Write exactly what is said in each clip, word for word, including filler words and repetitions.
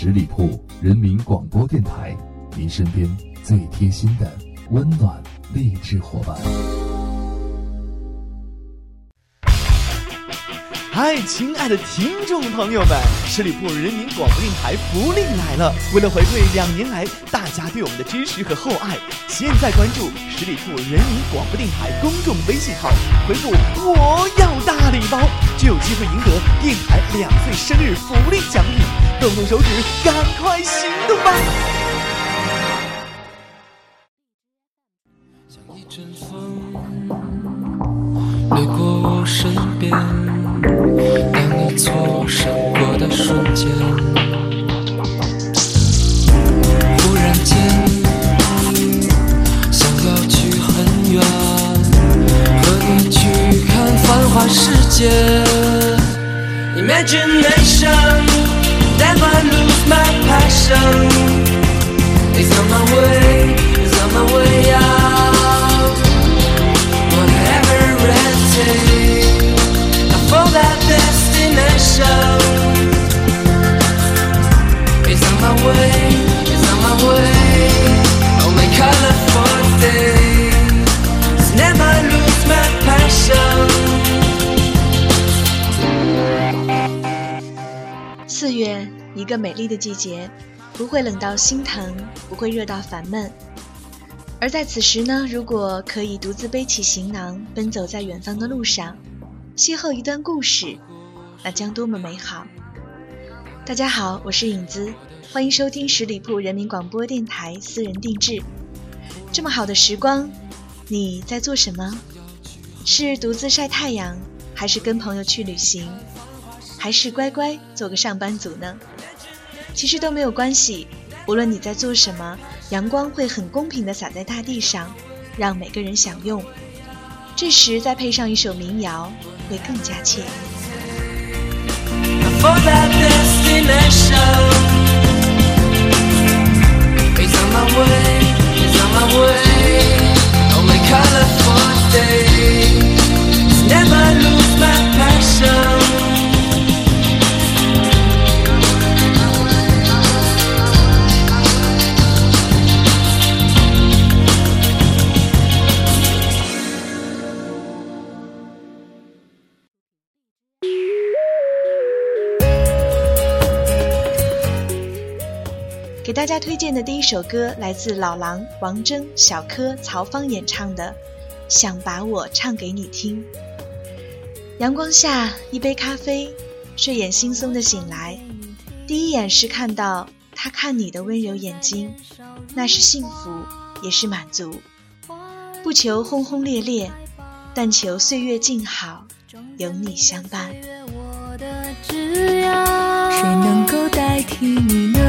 十里铺人民广播电台，您身边最贴心的温暖励志伙伴。 嗨，亲爱的听众朋友们，十里铺人民广播电台福利来了！为了回馈两年来大家对我们的支持和厚爱，现在关注十里铺人民广播电台公众微信号，回复我要大礼包，就有机会赢得电台两岁生日福利奖品，动动手指，赶快行动吧！ 像一阵风掠过我身边，当你错身过的瞬间，忽然间想要去很远，和你去看繁华世界。 Imagination, never lose my passion. It's on my way, it's on my way out. Whatever it takes, I follow that destination. It's on my way, it's on my way. On my colorful days, never lose my passion. 四月，一个美丽的季节，不会冷到心疼，不会热到烦闷。而在此时呢，如果可以独自背起行囊，奔走在远方的路上，邂逅一段故事，那将多么美好。大家好，我是影子，欢迎收听十里铺人民广播电台私人定制。这么好的时光，你在做什么？是独自晒太阳，还是跟朋友去旅行，还是乖乖做个上班族呢？其实都没有关系，无论你在做什么，阳光会很公平地洒在大地上，让每个人享用。这时再配上一首民谣，会更加惬意。给大家推荐的第一首歌来自老狼、王铮、小柯、曹芳演唱的《想把我唱给你听》。阳光下，一杯咖啡，睡眼惺忪的醒来，第一眼是看到他看你的温柔眼睛，那是幸福，也是满足。不求轰轰烈烈，但求岁月静好，有你相伴。 谁能够代替你呢？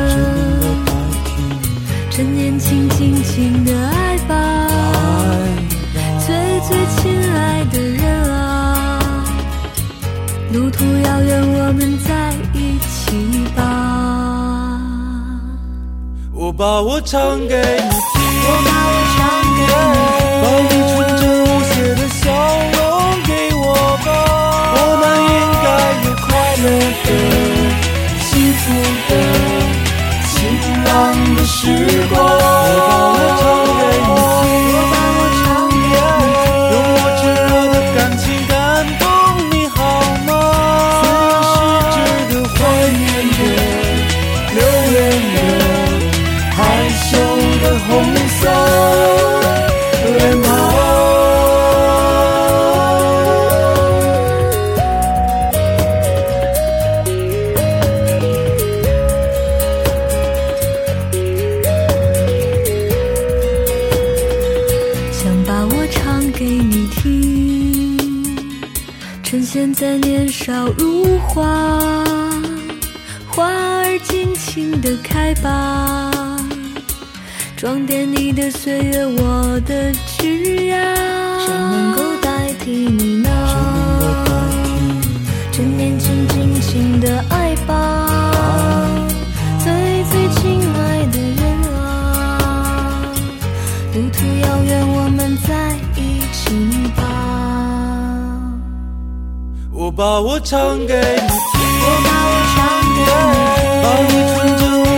趁年轻轻轻的爱吧，最最亲爱的人啊，路途遥远，我们在一起吧。 我把我唱给你听， 我把我唱给你听， 把你纯真无邪的笑容给我吧，我们应该有快乐的、幸福的、晴朗的时光。我把我唱给你听， 我把我唱给你听， 用我炙热的感情感动你好吗？虽然是值得怀念的、留恋的、害羞的红色脸庞。 趁现在年少如花，花儿尽情地开吧，装点你的岁月，我的枝桠。谁能够代替你呢？趁年轻尽情地爱吧，最最亲爱的人啊，路途遥远，我们在一起吧。 我把我唱给你听， 我把我唱给你听， 把你纯真无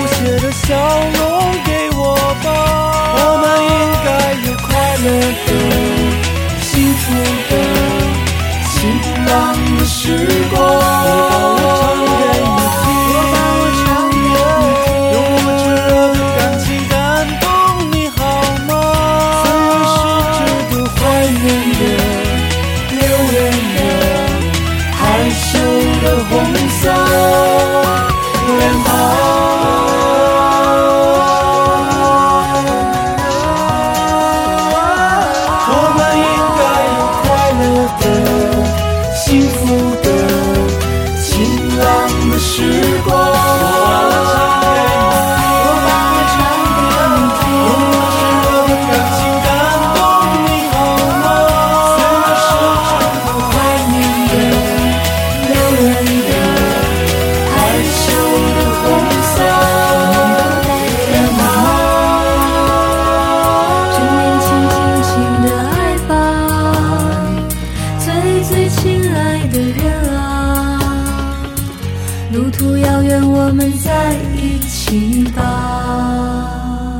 等我们在一起吧。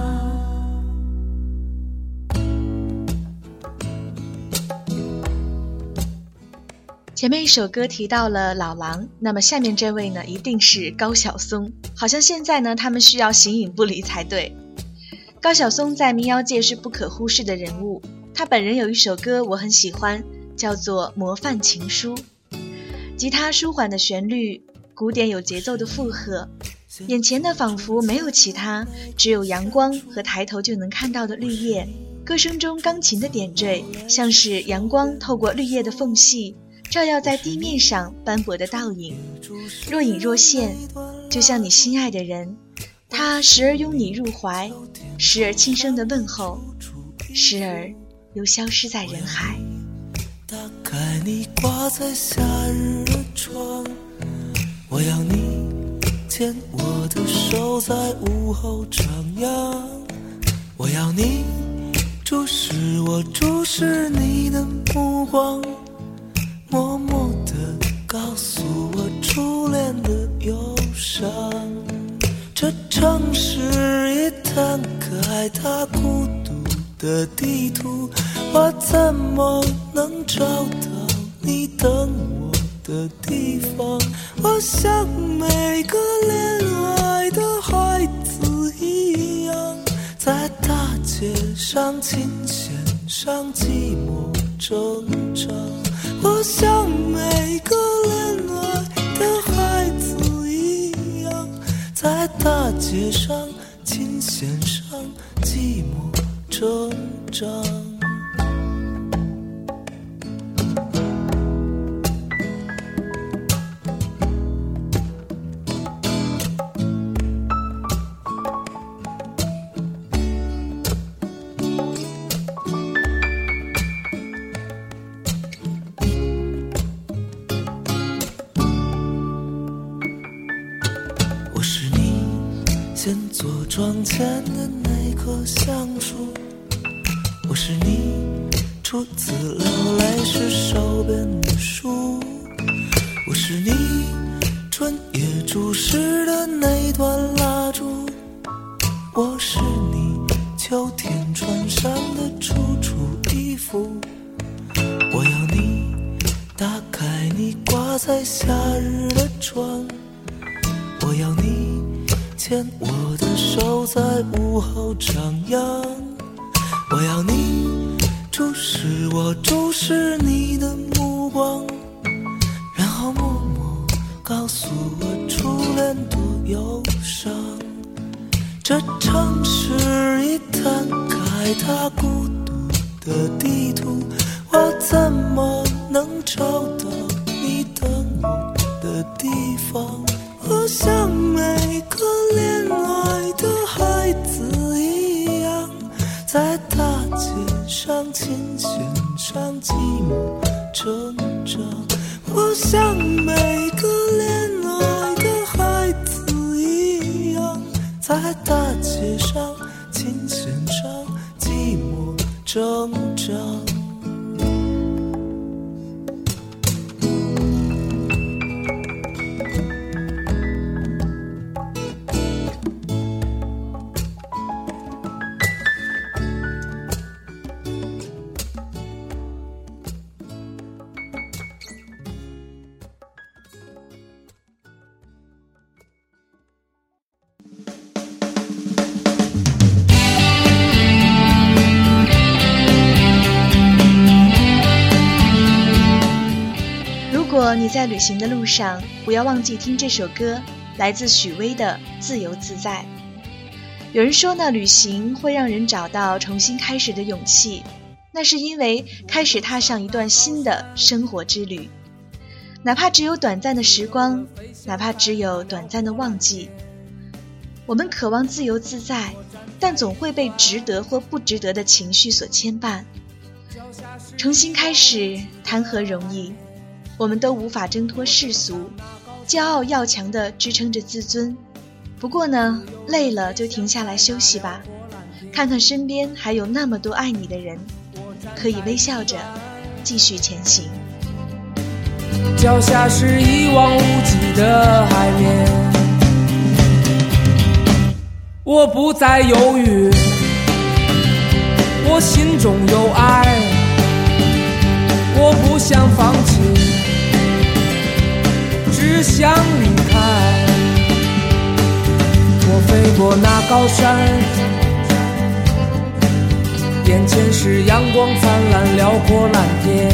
前面一首歌提到了老狼，那么下面这位呢，一定是高晓松。好像现在呢，他们需要形影不离才对。高晓松在民谣界是不可忽视的人物，他本人有一首歌我很喜欢，叫做《模范情书》。吉他舒缓的旋律，鼓点有节奏的附和，眼前的仿佛没有其他，只有阳光和抬头就能看到的绿叶。歌声中钢琴的点缀，像是阳光透过绿叶的缝隙，照耀在地面上斑驳的倒影，若隐若现，就像你心爱的人，他时而拥你入怀，时而轻声的问候，时而又消失在人海。 打开你挂在夏日的窗，我要你牵我的手在午后徜徉，我要你注视我注视你的目光，默默地告诉我初恋的忧伤。这城市一摊开它孤独的地图，我怎么能找到你等我的地方？我像每个恋爱的孩子一样，在大街上琴弦上寂寞挣扎。我像每个恋爱的孩子一样，在大街上琴弦上寂寞挣扎。先坐窗前的那棵橡树，我是你初次流泪时手边的书，我是你春夜注视的那段蜡烛，我是你秋天穿上的楚楚衣服，我要你打开你挂在夏日的窗，我要你牵我的手在午后徜徉，我要你注视我注视你的目光，然后默默告诉我初恋多忧伤。这城市一摊开它孤独的地图，我怎么能找到你等我的地方？我像每个恋爱的孩子一样，在大街上琴弦上寂寞挣扎。我像每个恋爱的孩子一样，在大街上琴弦上寂寞挣扎。 如果你在旅行的路上，不要忘记听这首歌，来自许巍的《自由自在》。有人说呢，旅行会让人找到重新开始的勇气，那是因为开始踏上一段新的生活之旅，哪怕只有短暂的时光，哪怕只有短暂的忘记。我们渴望自由自在，但总会被值得或不值得的情绪所牵绊。重新开始谈何容易，我们都无法挣脱世俗，骄傲要强地支撑着自尊。不过呢，累了就停下来休息吧，看看身边还有那么多爱你的人，可以微笑着继续前行。 脚下是一望无际的海面， 我不再犹豫，我心中有爱，我不想放弃，只想离开。我飞过那高山，眼前是阳光灿烂辽阔蓝天。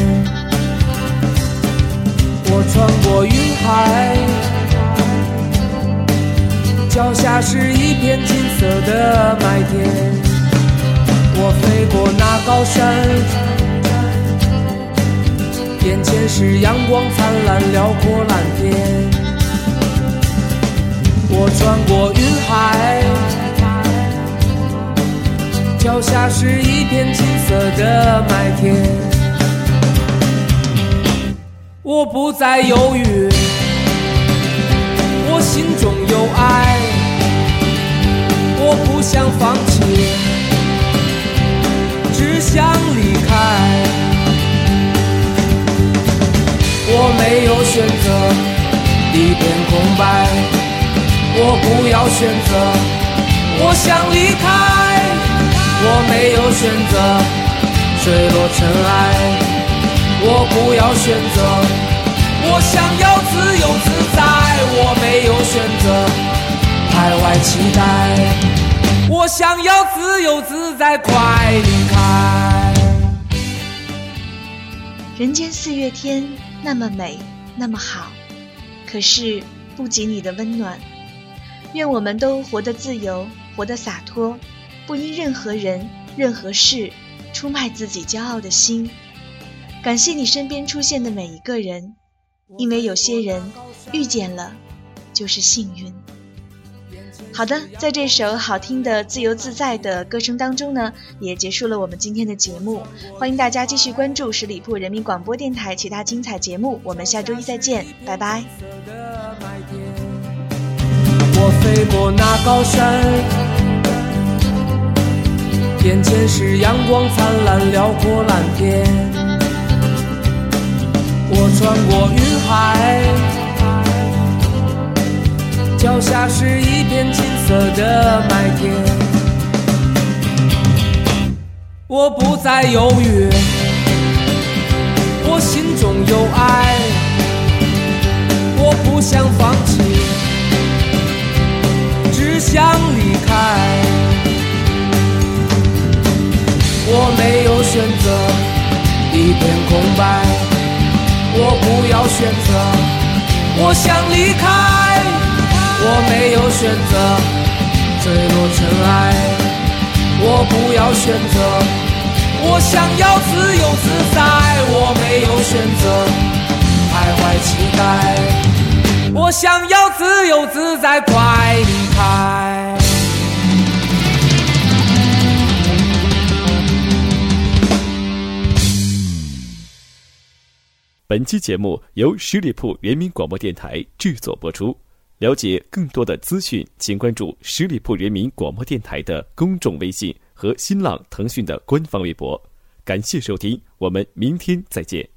我穿过云海，脚下是一片金色的麦田。我飞过那高山，眼前是阳光灿烂辽阔蓝天。我穿过云海，脚下是一片金色的麦田。我不再犹豫，我心中有爱，我不想放弃，只想离开。我没有选择一片空白，我不要选择，我想离开。我没有选择坠落尘埃，我不要选择，我想要自由自在。我没有选择徘徊期待，我想要自由自在，快离开。 人间四月天那么美那么好，可是不及你的温暖。愿我们都活得自由，活得洒脱，不因任何人任何事出卖自己骄傲的心。感谢你身边出现的每一个人，因为有些人遇见了就是幸运。好的，在这首好听的自由自在的歌声当中呢，也结束了我们今天的节目。欢迎大家继续关注十里铺人民广播电台其他精彩节目，我们下周一再见，拜拜。 我飞过那高山，眼前是阳光灿烂辽阔蓝天。我穿过云海，脚下是一片金色的麦田。我不再犹豫，我心中有爱，我不想放弃，只想离开。我没有选择一片空白，我不要选择，我想离开。我没有选择坠落尘埃，我不要选择，我想要自由自在。我没有选择徘徊期待，我想要自由自在，快离开。 本期节目由十里铺人民广播电台制作播出。了解更多的资讯，请关注十里铺人民广播电台的公众微信和新浪、腾讯的官方微博。感谢收听，我们明天再见。